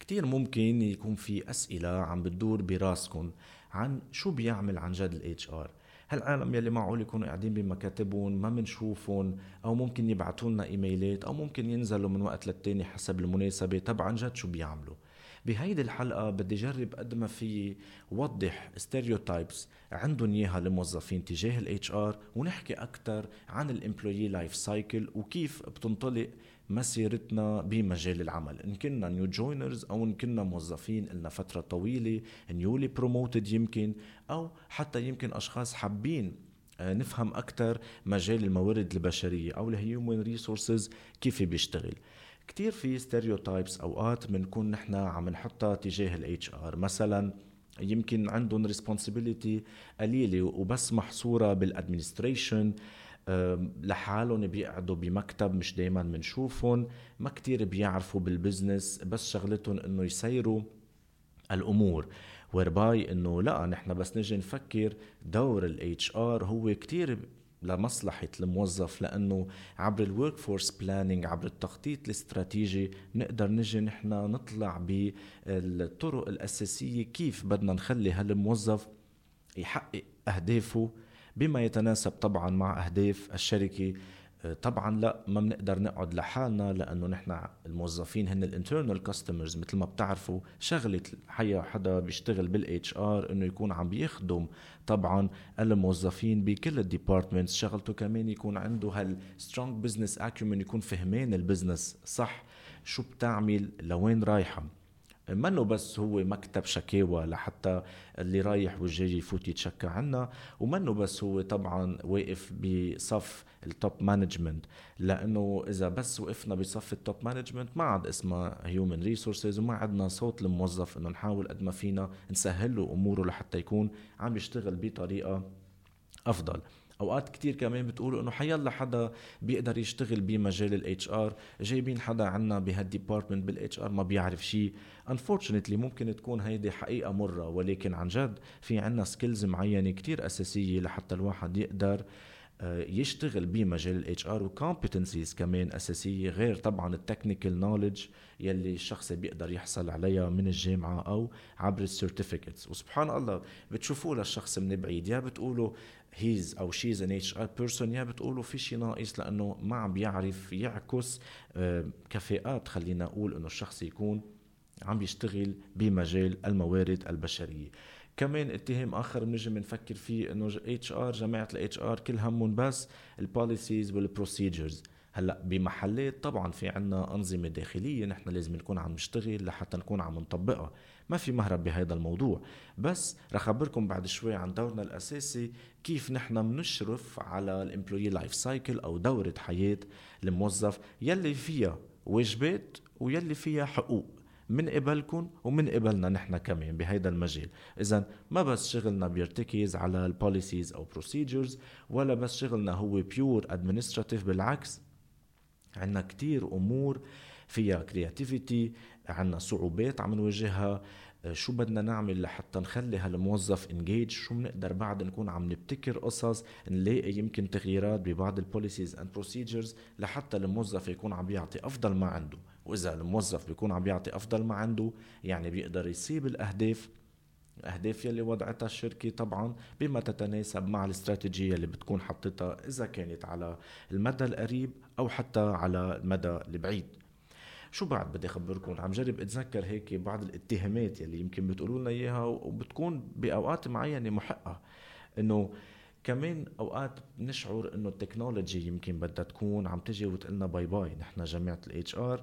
كتير ممكن يكون في أسئلة عم بتدور براسكم عن شو بيعمل عن جد ال HR. هالعالم يلي معقول يكونوا قاعدين بمكاتبهم ما منشوفهم، أو ممكن يبعتوا لنا إيميلات، أو ممكن ينزلوا من وقت للتاني حسب المناسبة. طبعا عن جد شو بيعملوا؟ بهيدي الحلقة بدي جرب قد ما في وضح ستيريوتايبس عندهم اياها الموظفين تجاه الاتش ار، ونحكي اكثر عن الامبلويي لايف سايكل وكيف بتنطلق مسيرتنا بمجال العمل، ان كنا نيو جوينرز او ان كنا موظفين لنا فتره طويله، نيولي بروموتد يمكن، او حتى يمكن اشخاص حابين نفهم اكثر مجال الموارد البشريه او الهيومن ريسورسز كيف بيشتغل. كتير في ستيريوتايبس اوقات بنكون نحن عم نحطها تجاه الاتش ار، مثلا يمكن عندهم ريسبونسبيلتي قليله وبس محصوره بالادمنستريشن، لحالهم بيقعدوا بمكتب مش دايما بنشوفهم، ما كتير بيعرفوا بالبزنس، بس شغلتهم انه يسيروا الامور. ورباي انه لا، نحن بس نجي نفكر دور الاتش ار هو كتير لمصلحة الموظف، لأنه عبر الورك فورس بلاننج، عبر التخطيط الاستراتيجي، نقدر نجي نحن نطلع بالطرق الأساسية كيف بدنا نخلي هالموظف يحقق أهدافه بما يتناسب طبعا مع أهداف الشركة. طبعا لا، ما بنقدر نقعد لحالنا، لأنه نحن الموظفين هن الانترنال كاستمرز. مثل ما بتعرفوا شغلة حدا بيشتغل بالاتش ار انه يكون عم بيخدم طبعا الموظفين بكل الديبارتمنتس. شغلته كمان يكون عنده هالسترونج بزنس اكيومن، يكون فهمان البزنس صح، شو بتعمل لوين رايحة. منه بس هو مكتب شكاوى لحتى اللي رايح والجاي يفوت يتشكى عنا، ومنه بس هو طبعا واقف بصف التوب مانجمنت، لانه اذا بس وقفنا بصف التوب مانجمنت ما عاد اسمها هيومن ريسورسز، وما عدنا صوت الموظف انه نحاول قد ما فينا نسهل له اموره لحتى يكون عم يشتغل بطريقه افضل. اوقات كتير كمان بتقولوا انه حيلا حدا بيقدر يشتغل بمجال الاتش ار، جايبين حدا عنا بهالديبارتمنت بالاتش ار ما بيعرف شيء. unfortunately ممكن تكون هيدي حقيقة مرة، ولكن عن جد في عنا سكيلز معينة كتير اساسية لحتى الواحد يقدر يشتغل بمجال الاتش ار، وكومبتنسيز كمان اساسيه، غير طبعا التكنيكال نوليدج يلي الشخص بيقدر يحصل عليها من الجامعه او عبر السيرتيفيكتس. وسبحان الله بتشوفوه للشخص من بعيد، يا بتقولوا هيز او شيز ان اتش ار بيرسون، يا بتقولوا في شيء ناقص لانه ما عم بيعرف يعكس كفاءات، خلينا نقول انه الشخص يكون عم بيشتغل بمجال الموارد البشريه. كمان اتهام اخر بنجي بنفكر فيه انه اتش ار، جماعه الاتش ار كل همهم بس البوليسيز والبروسيجرز. هلا بمحلات طبعا في عنا انظمه داخليه نحن لازم نكون عم نشتغل لحتى نكون عم نطبقها، ما في مهرب بهذا الموضوع. بس رح اخبركم بعد شوي عن دورنا الاساسي، كيف نحن بنشرف على الامبلوي لايف سايكل او دوره حياه الموظف، يلي فيها واجبات ويلي فيها حقوق من قبلكم ومن قبلنا نحن كمان بهيدا المجال. اذا ما بس شغلنا بيرتكز على البوليسيز او بروسيجرز، ولا بس شغلنا هو بيور ادمنستراتيف، بالعكس عنا كتير امور فيها كرياتيفيتي، عنا صعوبات عم نواجهها. شو بدنا نعمل لحتى نخلي هالموظف انجيج، شو بنقدر بعد نكون عم نبتكر قصص، نلاقي يمكن تغييرات ببعض البوليسيز اند بروسيجرز لحتى الموظف يكون عم بيعطي افضل ما عنده. واذا الموظف بيكون عم بيعطي افضل ما عنده، يعني بيقدر يصيب الاهداف يلي وضعتها الشركه، طبعا بما تتناسب مع الاستراتيجيه اللي بتكون حطتها، اذا كانت على المدى القريب او حتى على المدى البعيد. شو بعد بدي اخبركم؟ عم جرب اتذكر هيك بعض الاتهامات يلي يمكن بتقولوا لنا اياها وبتكون باوقات معينه محقه، انه كمان اوقات بنشعر انه التكنولوجي يمكن بدها تكون عم تجي وتقلنا باي باي. نحن جماعه الاتش ار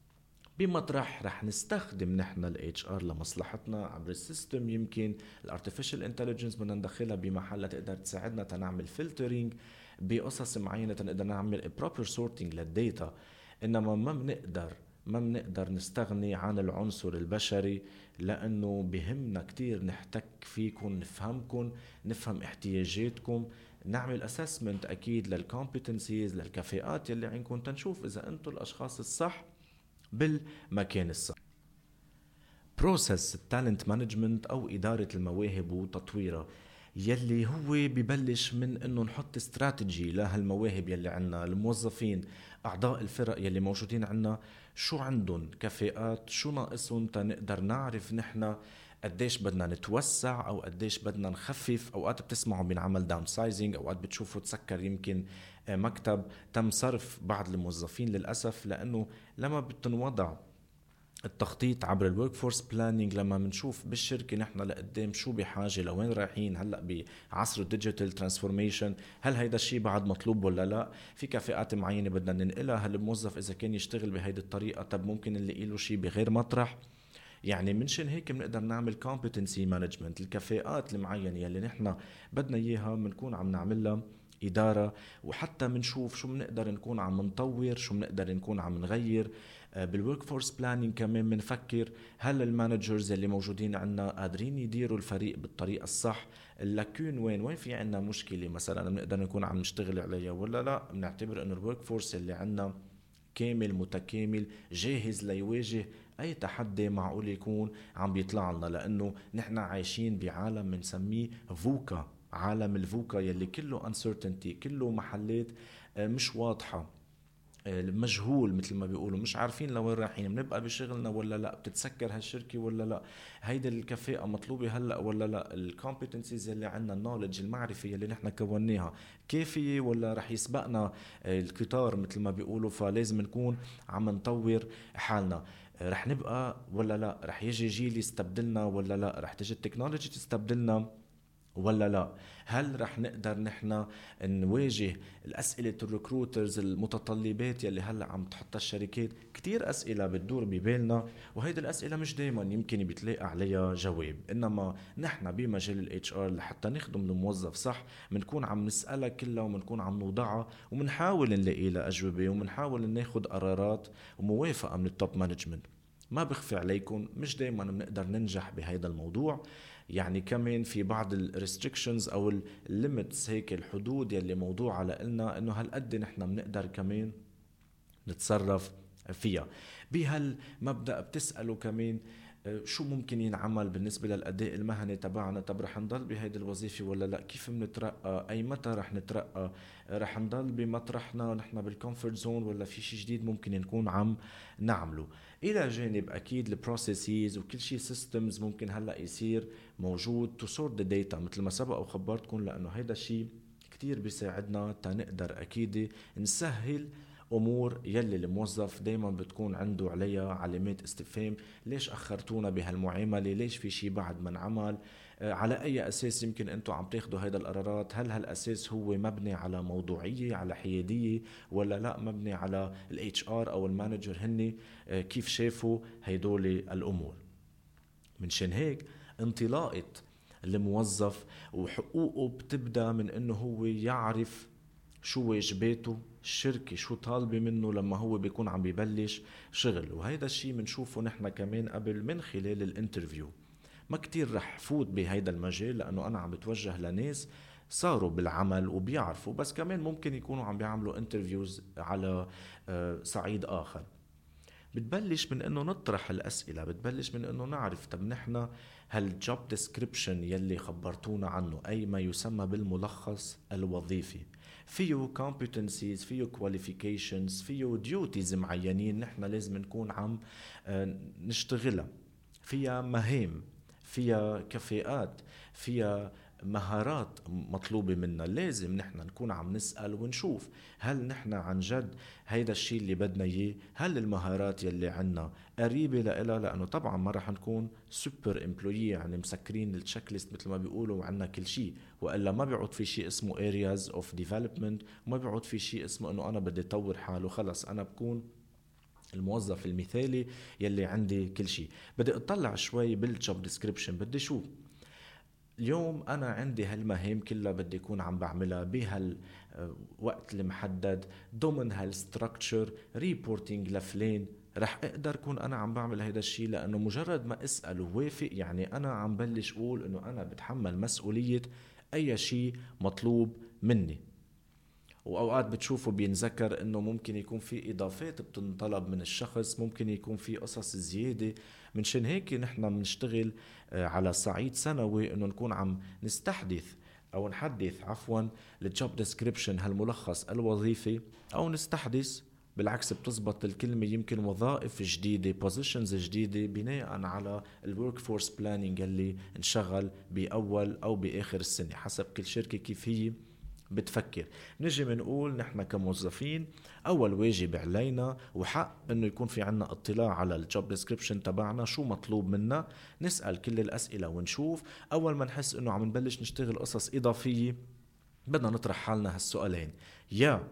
بمطرح رح نستخدم نحن الاتش ار لمصلحتنا عبر السيستم، يمكن الارتفيشال انتليجنس بدنا ندخلها بمحلها تقدر تساعدنا تنعمل فلترينج بقصص معينه، تنقدر نعمل بروبر سورتينج للديتا. انما ما بنقدر نستغني عن العنصر البشري، لانه بهمنا كتير نحتك فيكم، نفهمكم، نفهم احتياجاتكم، نعمل اسسمنت اكيد للكومبتنسيز، للكفاءات يلي عندكم، تنشوف اذا انتم الاشخاص الصح بالمكان الصح. بروسس التالنت مانجمنت او اداره المواهب وتطويرها، يلي هو ببلش من انه نحط استراتيجي لهالمواهب يلي عنا الموظفين، اعضاء الفرق يلي موجودين عنا، شو عندهم كفاءات، شو ناقصهم تنقدر نعرف نحن قديش بدنا نتوسع او قديش بدنا نخفف. اوقات بتسمعوا بينعمل داون سايزنج، اوقات بتشوفوا تسكر يمكن مكتب، تم صرف بعض الموظفين للاسف، لانه لما بتنوضع التخطيط عبر الورك فورس بلاننج، لما بنشوف بالشركه نحن لقدام شو بحاجه، لوين رايحين هلا بعصر الديجيتال ترانسفورميشن، هل هيدا الشيء بعد مطلوب ولا لا، في كفاءات معينه بدنا ننقلها، هل الموظف اذا كان يشتغل بهيدي الطريقه طب ممكن نلاقي له شيء بغير مطرح. يعني منشان هيك بنقدر نعمل competency management، الكفاءات المعينة يلي نحن بدنا اياها بنكون عم نعملها إدارة، وحتى بنشوف شو بنقدر نكون عم نطور، شو بنقدر نكون عم نغير. بالورك فورس بلانينج كمان بنفكر هل المانجرز اللي موجودين عنا قادرين يديروا الفريق بالطريقة الصح، اللاكون وين في عنا مشكلة مثلا بنقدر نكون عم نشتغل عليها ولا لا. بنعتبر انه الورك فورس اللي عنا كامل متكامل جاهز ليواجه اي تحدي معقول يكون عم بيطلع لنا، لانه نحن عايشين بعالم بنسميه فوكا، عالم الفوكا يلي كله uncertainty، كله محلات مش واضحة، مجهول مثل ما بيقولوا، مش عارفين لوين رايحين، بنبقى بشغلنا ولا لا، بتتسكر هالشركة ولا لا، هيدا الكفاءة مطلوبة هلا ولا لا، الكومبتنسيز اللي عندنا، النولج المعرفة اللي نحن كوناها كافية ولا رح يسبقنا القطار مثل ما بيقولوا، فلازم نكون عم نطور حالنا. رح نبقى ولا لا، رح يجي جيل يستبدلنا ولا لا، رح تجي التكنولوجي تستبدلنا ولا لا، هل رح نقدر نحن نواجه الأسئلة الريكروترز، المتطلبات يلي هلأ عم تحطها الشركات. كتير أسئلة بتدور ببالنا، وهيدي الأسئلة مش دايما يمكن بتلاقي عليها جواب، إنما نحن بمجال ال HR لحتى نخدم الموظف صح بنكون عم نسألها كلها، وبنكون عم نوضعها، وبنحاول نلاقي لها أجوبة، وبنحاول ناخد قرارات وموافقة من التوب مانجمنت. ما بخفي عليكم مش دايما بنقدر ننجح بهذا الموضوع، يعني كمان في بعض الريستريكشنز او الليميتس، هيك الحدود يلي موضوعة لنا، انه هالقد نحن بنقدر كمان نتصرف فيها. بهالمبدأ بتسألوا كمان شو ممكن ينعمل بالنسبة للأداء المهني تبعنا، طب رح نضل بهيدي الوظيفة ولا لا، كيف بنترقى، أي متى رح نترقى، رح نضل بمطرحنا نحن بالكومفورت زون ولا في شيء جديد ممكن نكون عم نعمله. إلى جانب أكيد البروسيسز وكل شيء سيستمز ممكن هلأ يصير موجود to sort the data مثل ما سبق وخبرتكم، لأنه هيدا الشيء كتير بيساعدنا تنقدر أكيد نسهل امور يلي الموظف دايما بتكون عنده عليها علامات استفهام، ليش اخرتونا بهالمعامله، ليش في شيء بعد ما انعمل، على اي اساس يمكن انتم عم تاخذوا هيدا القرارات، هل هالاساس هو مبني على موضوعيه، على حياديه، ولا لا مبني على الاتش ار او المانجر هن كيف شافوا هيدول الامور. منشان هيك انطلاقه الموظف وحقوقه بتبدا من انه هو يعرف شو واجباته، الشركة شو طالبة منه لما هو بيكون عم بيبلش شغل. وهيدا الشيء منشوفه نحن كمان قبل من خلال الانترفيو. ما كتير رح فوت بهيدا المجال لأنه أنا عم بتوجه لناس صاروا بالعمل وبيعرفوا، بس كمان ممكن يكونوا عم بيعملوا انترفيوز على صعيد آخر. بتبلش من انه نطرح الاسئله، بتبلش من انه نعرف طب نحن هالجوب ديسكريبشن يلي خبرتونا عنه، اي ما يسمى بالملخص الوظيفي، فيه competencies، فيه qualifications، فيه duties معينين نحن لازم نكون عم نشتغلها، فيها مهام، فيها كفاءات، فيها مهارات مطلوبة منا. لازم نحن نكون عم نسأل ونشوف هل نحن عن جد هيدا الشيء اللي بدنا اياه، هل المهارات يلي عنا قريبة لإلها، لأنه طبعا ما رح نكون سوبر امبلويي يعني مسكرين التشيك ليست مثل ما بيقولوا وعنا كل شيء، وإلا ما بيعود في شيء اسمه areas of development، وما بيعود في شيء اسمه انه انا بدي اطور حاله، خلص انا بكون الموظف المثالي يلي عندي كل شيء. بدي اطلع شوي بالجوب ديسكريبشن، بدي شو اليوم أنا عندي هالمهام كلها بدي أكون عم بعملها بهالوقت المحدد ضمن هالستركتشر ريبورتينج لفلين، رح أقدر أكون أنا عم بعمل هيدا الشيء، لأنه مجرد ما أسأل ووافق يعني أنا عم بلش أقول أنه أنا بتحمل مسؤولية أي شيء مطلوب مني. واوقات بتشوفوا بينذكر انه ممكن يكون في اضافات بتنطلب من الشخص، ممكن يكون في قصص زيادة. منشان هيك نحن بنشتغل على صعيد سنوي انه نكون عم نستحدث أو نحدث عفوا الجوب ديسكريبشن هالملخص الوظيفي، أو نستحدث بالعكس بتزبط الكلمة يمكن وظائف جديدة بوزيشنز جديدة بناء على الورك فورس بلاننج اللي انشغل بأول أو بآخر السنة حسب كل شركة كيف هي بتفكر. نجي منقول نحن كموظفين اول واجب علينا وحق انه يكون في عنا اطلاع على الجوب ديسكريبشن تبعنا شو مطلوب منا، نسأل كل الاسئلة ونشوف. اول ما نحس انه عم نبلش نشتغل قصص اضافية بدنا نطرح حالنا هالسؤالين: يا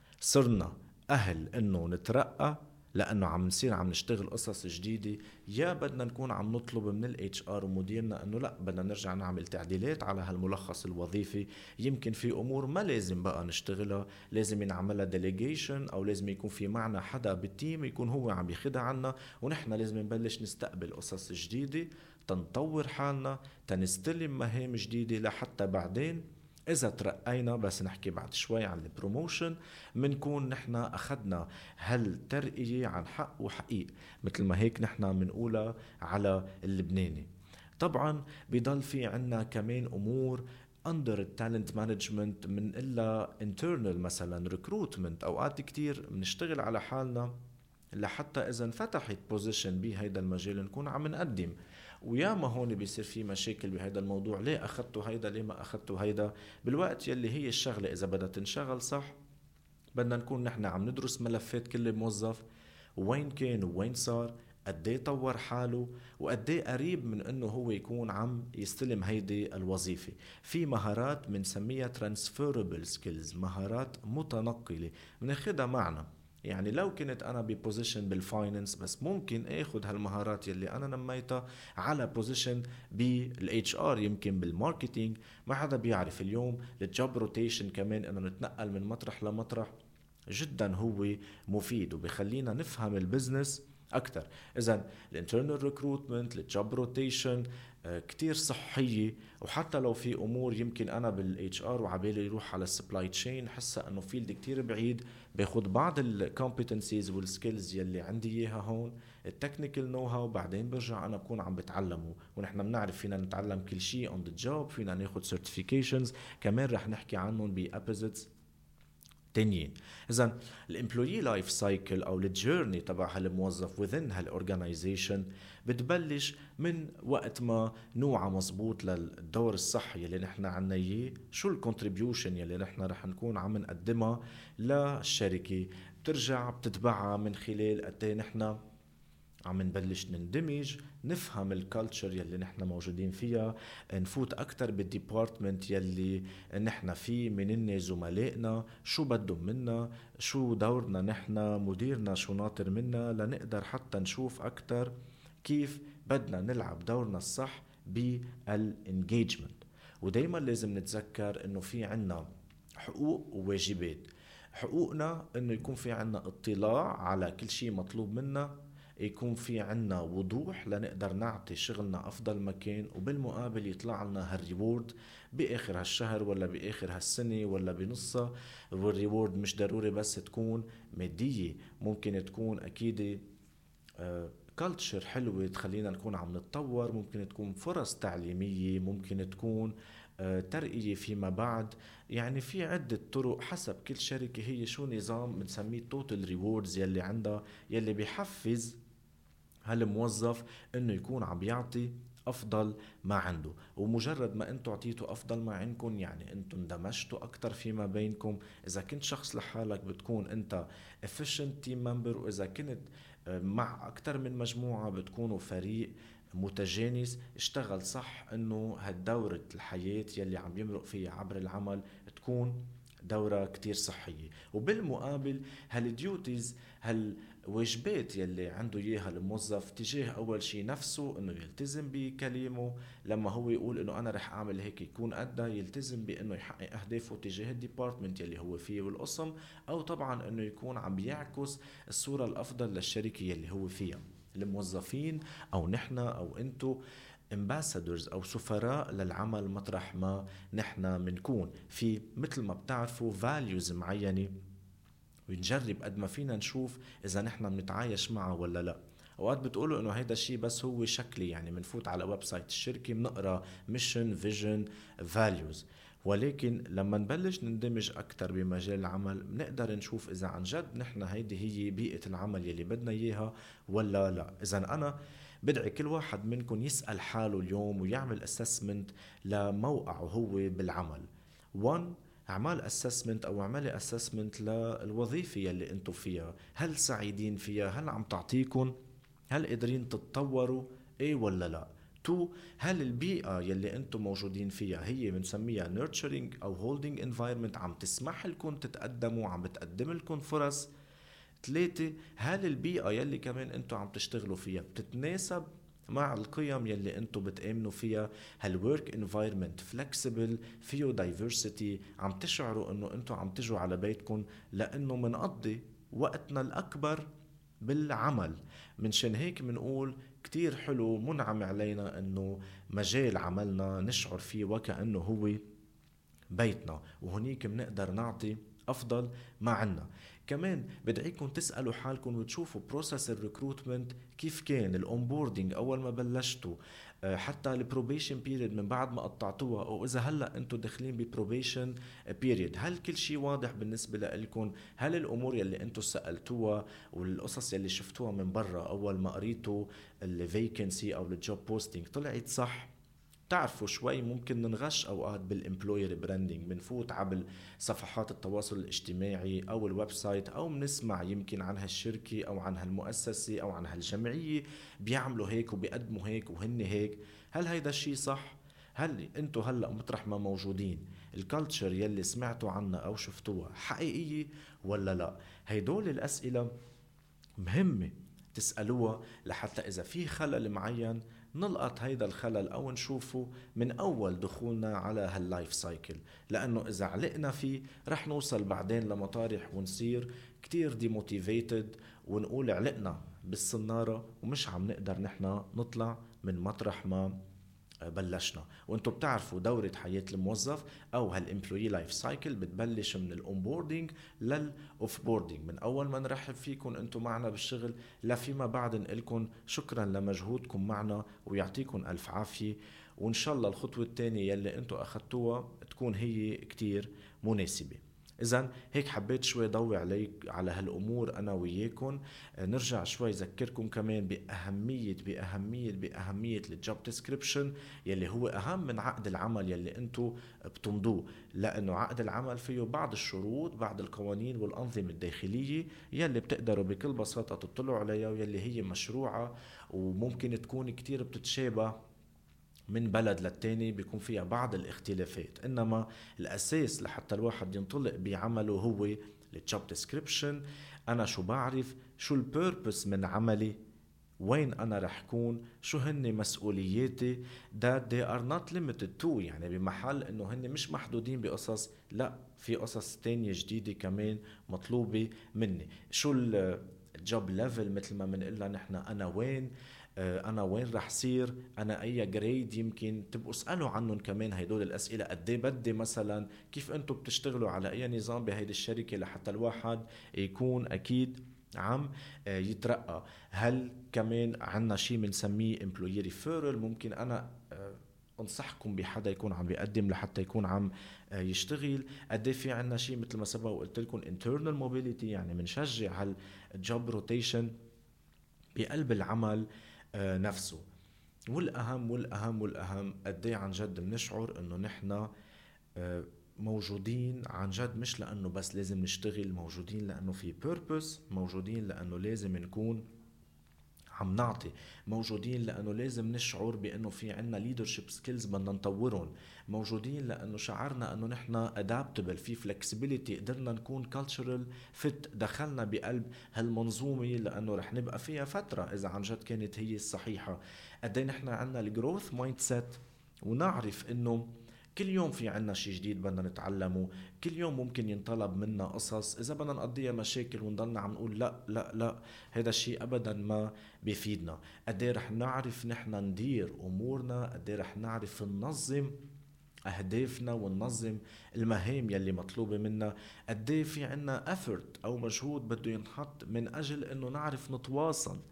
صرنا أهل إنه نترقى لأنه عم نصير عم نشتغل قصص جديدة، يا بدنا نكون عم نطلب من الاتش ار ومديرنا إنه لا بدنا نرجع نعمل تعديلات على هالملخص الوظيفي، يمكن في أمور ما لازم بقى نشتغلها، لازم نعملها ديليجيشن أو لازم يكون في معنا حدا بالتيم يكون هو عم ياخدها عنا، ونحن لازم نبلش نستقبل قصص جديدة تنطور حالنا تنستلم مهام جديدة لحتى بعدين إذا ترقينا. بس نحكي بعد شوي عن البروموشن، منكون نحنا أخدنا هالترقية عن حق وحقيق مثل ما هيك نحنا منقولها على اللبناني. طبعا بيضل في عنا كمان أمور under talent management من إلا internal مثلا recruitment. أوقات كتير بنشتغل على حالنا لحتى إذا انفتحت بوزيشن بهيدا المجال نكون عم نقدم، وياما هون بيصير في مشاكل بهذا الموضوع، ليه أخدتوا هيدا ليه ما أخدتوا هيدا، بالوقت يلي هي الشغلة إذا بدها تنشغل صح بدنا نكون نحن عم ندرس ملفات كل موظف وين كان وين صار، قديه طور حاله وقديه قريب من انه هو يكون عم يستلم هيدي الوظيفة. في مهارات بنسميها transferable skills، مهارات متنقلة بناخدها معنا. يعني لو كنت انا ببوزيشن بالفاينانس بس ممكن اخذ هالمهارات يلي انا نميتها على بوزيشن بالاتش ار، يمكن بالماركتينج. ما حدا بيعرف اليوم الجوب روتيشن كمان انه نتنقل من مطرح لمطرح جدا هو مفيد وبخلينا نفهم البزنس اكثر. اذا الانترنال ريكروتمنت الجوب روتيشن كتير صحيه. وحتى لو في امور يمكن انا بالاتش ار وعبالي يروح على السبلاي تشين حسها انه فيلد كتير بعيد، باخد بعض الكومبتنسيز والسكيلز يلي عندي اياها هون التكنيكال نو هاو، بعدين برجع انا بكون عم بتعلمه. ونحن بنعرف فينا نتعلم كل شيء اون ذا جوب، فينا ناخد سيرتيفيكيشنز كمان رح نحكي عنهم بابيزودز تانيين. اذا الامبلويي لايف سايكل او الجيرني تبع هالموظف within هالاورجنايزيشن بتبلش من وقت ما نوعى مزبوط للدور الصحي اللي نحن عنا اياه، شو الكونتريبيوشن يلي نحن رح نكون عم نقدمها للشركة، بترجع بتتبعها من خلال قد ايه نحن عم نبلش نندمج، نفهم الكالتشر يلي نحن موجودين فيها، نفوت اكتر بالديبارتمنت يلي نحن فيه، من زملائنا شو بدهم منا، شو دورنا نحن، مديرنا شو ناطر منا، لنقدر حتى نشوف اكتر كيف بدنا نلعب دورنا الصح بالانجيجمنت. ودايما لازم نتذكر انه في عنا حقوق وواجبات. حقوقنا انه يكون في عنا اطلاع على كل شيء مطلوب منا، يكون في عنا وضوح لنقدر نعطي شغلنا أفضل مكان، وبالمقابل يطلع لنا هالريورد بآخر هالشهر ولا بآخر هالسنة ولا بنصها. والريورد مش ضروري بس تكون مادية، ممكن تكون أكيد كالتشر حلوة تخلينا نكون عم نتطور، ممكن تكون فرص تعليمية، ممكن تكون ترقية فيما بعد. يعني في عدة طرق حسب كل شركة هي شو نظام بنسميه توتال ريوردز يلي عندها، يلي بيحفز هالموظف انه يكون عم يعطي افضل ما عنده. ومجرد ما انتوا عطيتوا افضل ما عندكم يعني انتوا اندمجتوا اكتر فيما بينكم. اذا كنت شخص لحالك بتكون انت efficient team member، واذا كنت مع اكتر من مجموعة بتكونوا فريق متجانس اشتغل صح، انه هالدورة الحياة يلي عم يمرق فيها عبر العمل تكون دورة كتير صحية. وبالمقابل هالديوتيز هالواجبات يلي عنده اياها الموظف تجاه اول شي نفسه، انه يلتزم بكلامه، لما هو يقول انه انا رح اعمل هيك يكون قدها، يلتزم بانه يحقق اهدافه تجاه الديبارتمنت يلي هو فيه والقسم، او طبعا انه يكون عم بيعكس الصورة الافضل للشركة يلي هو فيها. الموظفين او نحن او انتو ambassadors او سفراء للعمل مطرح ما نحن منكون في، مثل ما بتعرفوا values معينة، ونجرب قد ما فينا نشوف اذا نحن بنتعايش معه ولا لا. اوقات بتقولوا انه هيدا الشيء بس هو شكلي، يعني منفوت على ويب سايت الشركة بنقرا mission vision values، ولكن لما نبلش نندمج أكتر بمجال العمل بنقدر نشوف إذا عن جد نحن هيدي هي بيئة العمل يلي بدنا إياها ولا لا. إذا أنا بدعي كل واحد منكم يسأل حاله اليوم ويعمل assessment لموقعه هو بالعمل. 1. اعمال اسسمنت او اعمالي اسسمنت للوظيفه يلي انتم فيها، هل سعيدين فيها؟ هل عم تعطيكم؟ هل قادرين تتطوروا؟ ايه ولا لا؟ 2. هل البيئة يلي انتم موجودين فيها هي بنسميها nurturing او holding environment، عم تسمح لكم تتقدموا، عم بتقدم لكم فرص؟ 3. هل البيئة يلي كمان انتم عم تشتغلوا فيها بتتناسب مع القيم يلي انتم بتآمنوا فيها؟ هل work environment flexible فيه diversity؟ عم تشعروا انه انتم عم تجوا على بيتكم لانه منقضي وقتنا الاكبر بالعمل؟ منشان هيك منقول كتير حلو منعم علينا انه مجال عملنا نشعر فيه وكأنه هو بيتنا، وهنيك منقدر نعطي افضل ما عنا. كمان بدعيكم تسألوا حالكم وتشوفوا بروسس الريكروتمنت كيف كان، الاونبوردينج اول ما بلشتوا، حتى البروبيشن بيريد من بعد ما قطعتوها، او اذا هلا انتم داخلين ببروبيشن بيريد، هل كل شيء واضح بالنسبه لكم؟ هل الامور يلي انتم سالتوها والقصص يلي شفتوها من برا اول ما قريتوا الفيكنسي او الجوب بوستينج طلعت صح؟ تعرفوا شوي ممكن ننغش اوقات بالامبلوير براندنج، بنفوت عبر صفحات التواصل الاجتماعي او الويب سايت، او بنسمع يمكن عن هالشركه او عن هالمؤسسه او عن هالجمعيه بيعملوا هيك وبيقدموا هيك وهن هيك. هل هيدا الشيء صح؟ هل انتو هلا مطرح ما موجودين الكالتشر يلي سمعتوا عنها او شفتوها حقيقيه ولا لا؟ هيدول الاسئله مهمه تسالوها لحتى اذا في خلل معين نلقط هيدا الخلل او نشوفه من اول دخولنا على هاللايف سايكل، لانه اذا علقنا فيه رح نوصل بعدين لمطارح ونصير كتير ديموتيفيتد ونقول علقنا بالصنارة ومش عم نقدر نحنا نطلع من مطرح ما بلشنا. وانتم بتعرفوا دورة حياة الموظف او هالامبلوي لايف سايكل بتبلش من الاونبوردينج للاوف بوردينج، من اول ما نرحب فيكم انتم معنا بالشغل لفيما بعد نقلكم شكرا لمجهودكم معنا ويعطيكم الف عافية، وان شاء الله الخطوة الثانية يلي انتم اخذتوها تكون هي كتير مناسبة. إذن هيك حبيت شوي ضوي عليك على هالأمور أنا وياكم. نرجع شوي ذكركم كمان بأهمية الجوب ديسكريبشن يلي هو أهم من عقد العمل يلي أنتو بتمضوه، لأنه عقد العمل فيه بعض الشروط، بعض القوانين والأنظمة الداخلية يلي بتقدروا بكل بساطة تطلعوا عليها، ويلي هي مشروعة وممكن تكون كتير بتتشابه من بلد للتاني، بيكون فيها بعض الاختلافات، انما الاساس لحتى الواحد ينطلق بعمله هو الجوب ديسكريبشن. انا شو بعرف، شو البيربس من عملي، وين انا رح كون، شو هن مسؤولياتي، that they are not limited to، يعني بمحل انه هن مش محدودين بقصص، لا في قصص تانية جديدة كمان مطلوبة مني. شو الجوب ليفل مثل ما بنقلها نحن، انا وين رح صير، انا اي جريد، يمكن تبقوا اسالوا عنهم كمان هدول الاسئله. قد ايه بدي مثلا، كيف انتم بتشتغلوا على اي نظام بهيدي الشركه لحتى الواحد يكون اكيد عم يترقى. هل كمان عنا شيء بنسميه employee referral، ممكن انا انصحكم بحدا يكون عم بيقدم لحتى يكون عم يشتغل. قد ايه في عنا شيء مثل ما سبق وقلت لكم internal mobility، يعني بنشجع هالجوب روتيشن بقلب العمل نفسه. والأهم قد ايه عن جد بنشعر انه نحن موجودين عن جد، مش لأنه بس لازم نشتغل، موجودين لأنه في purpose، موجودين لأنه لازم نكون عم نعطي، موجودين لأنه لازم نشعر بأنه في عنا leadership skills بدنا نطورهم، موجودين لأنه شعرنا أنه نحن adaptable، في flexibility، قدرنا نكون cultural fit، دخلنا بقلب هالمنظومة لأنه رح نبقى فيها فترة إذا عن جد كانت هي الصحيحة. قدي نحن عنا الجروث مايند سيت، ونعرف أنه كل يوم في عنا شيء جديد بدنا نتعلمه، كل يوم ممكن ينطلب منا قصص، إذا بدنا نقضيها مشاكل ونضلنا عم نقول لا لا لا، هذا الشيء أبدا ما بيفيدنا. قديه رح نعرف نحن ندير أمورنا، قديه رح نعرف ننظم أهدافنا وننظم المهام يلي مطلوبة منا، قديه في عنا effort أو مجهود بده ينحط من أجل أنه نعرف نتواصل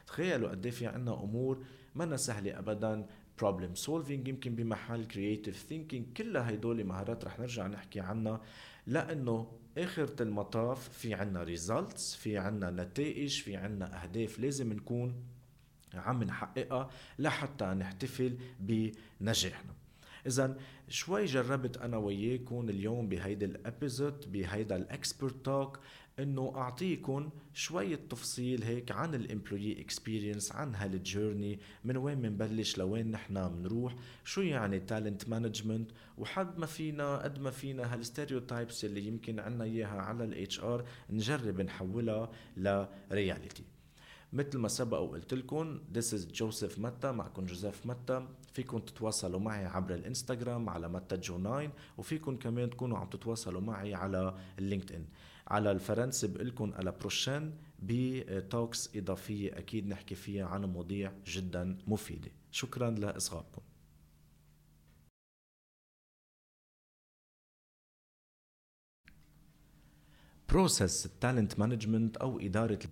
تخيلوا قد في عنا امور منا سهله ابدا. problem solving يمكن بمحل creative thinking، كل هيدول مهارات رح نرجع نحكي عنها، لانه اخرة المطاف في عنا results، في عنا نتائج، في عنا اهداف لازم نكون عم نحققها لحتى نحتفل بنجاحنا. اذا شوي جربت انا وياكم اليوم بهيدا الابيزود، بهيدا الاكسبرت توك، انه اعطيكم شوية تفصيل هيك عن الامبلوي اكسبيرينس، عن هالجيرني، من وين منبلش لوين نحنا منروح، شو يعني تالنت مانجمنت، وحد ما فينا قد ما فينا هالستيريوتايبس اللي يمكن عنا اياها على الاتش ار نجرب نحولها لرياليتي. مثل ما سبق وقلت لكم this is جوزيف متى، معكم جوزيف متى. فيكم تتواصلوا معي عبر الانستغرام على متى جو 9، وفيكم كمان تكونوا عم تتواصلوا معي على اللينكد ان. على الفرنسي بقلكم على بروشين بتوكس إضافية أكيد نحكي فيها عن مواضيع جدا مفيدة. شكرا لإصغائكم. بروسس التالنت مانجمنت أو إدارة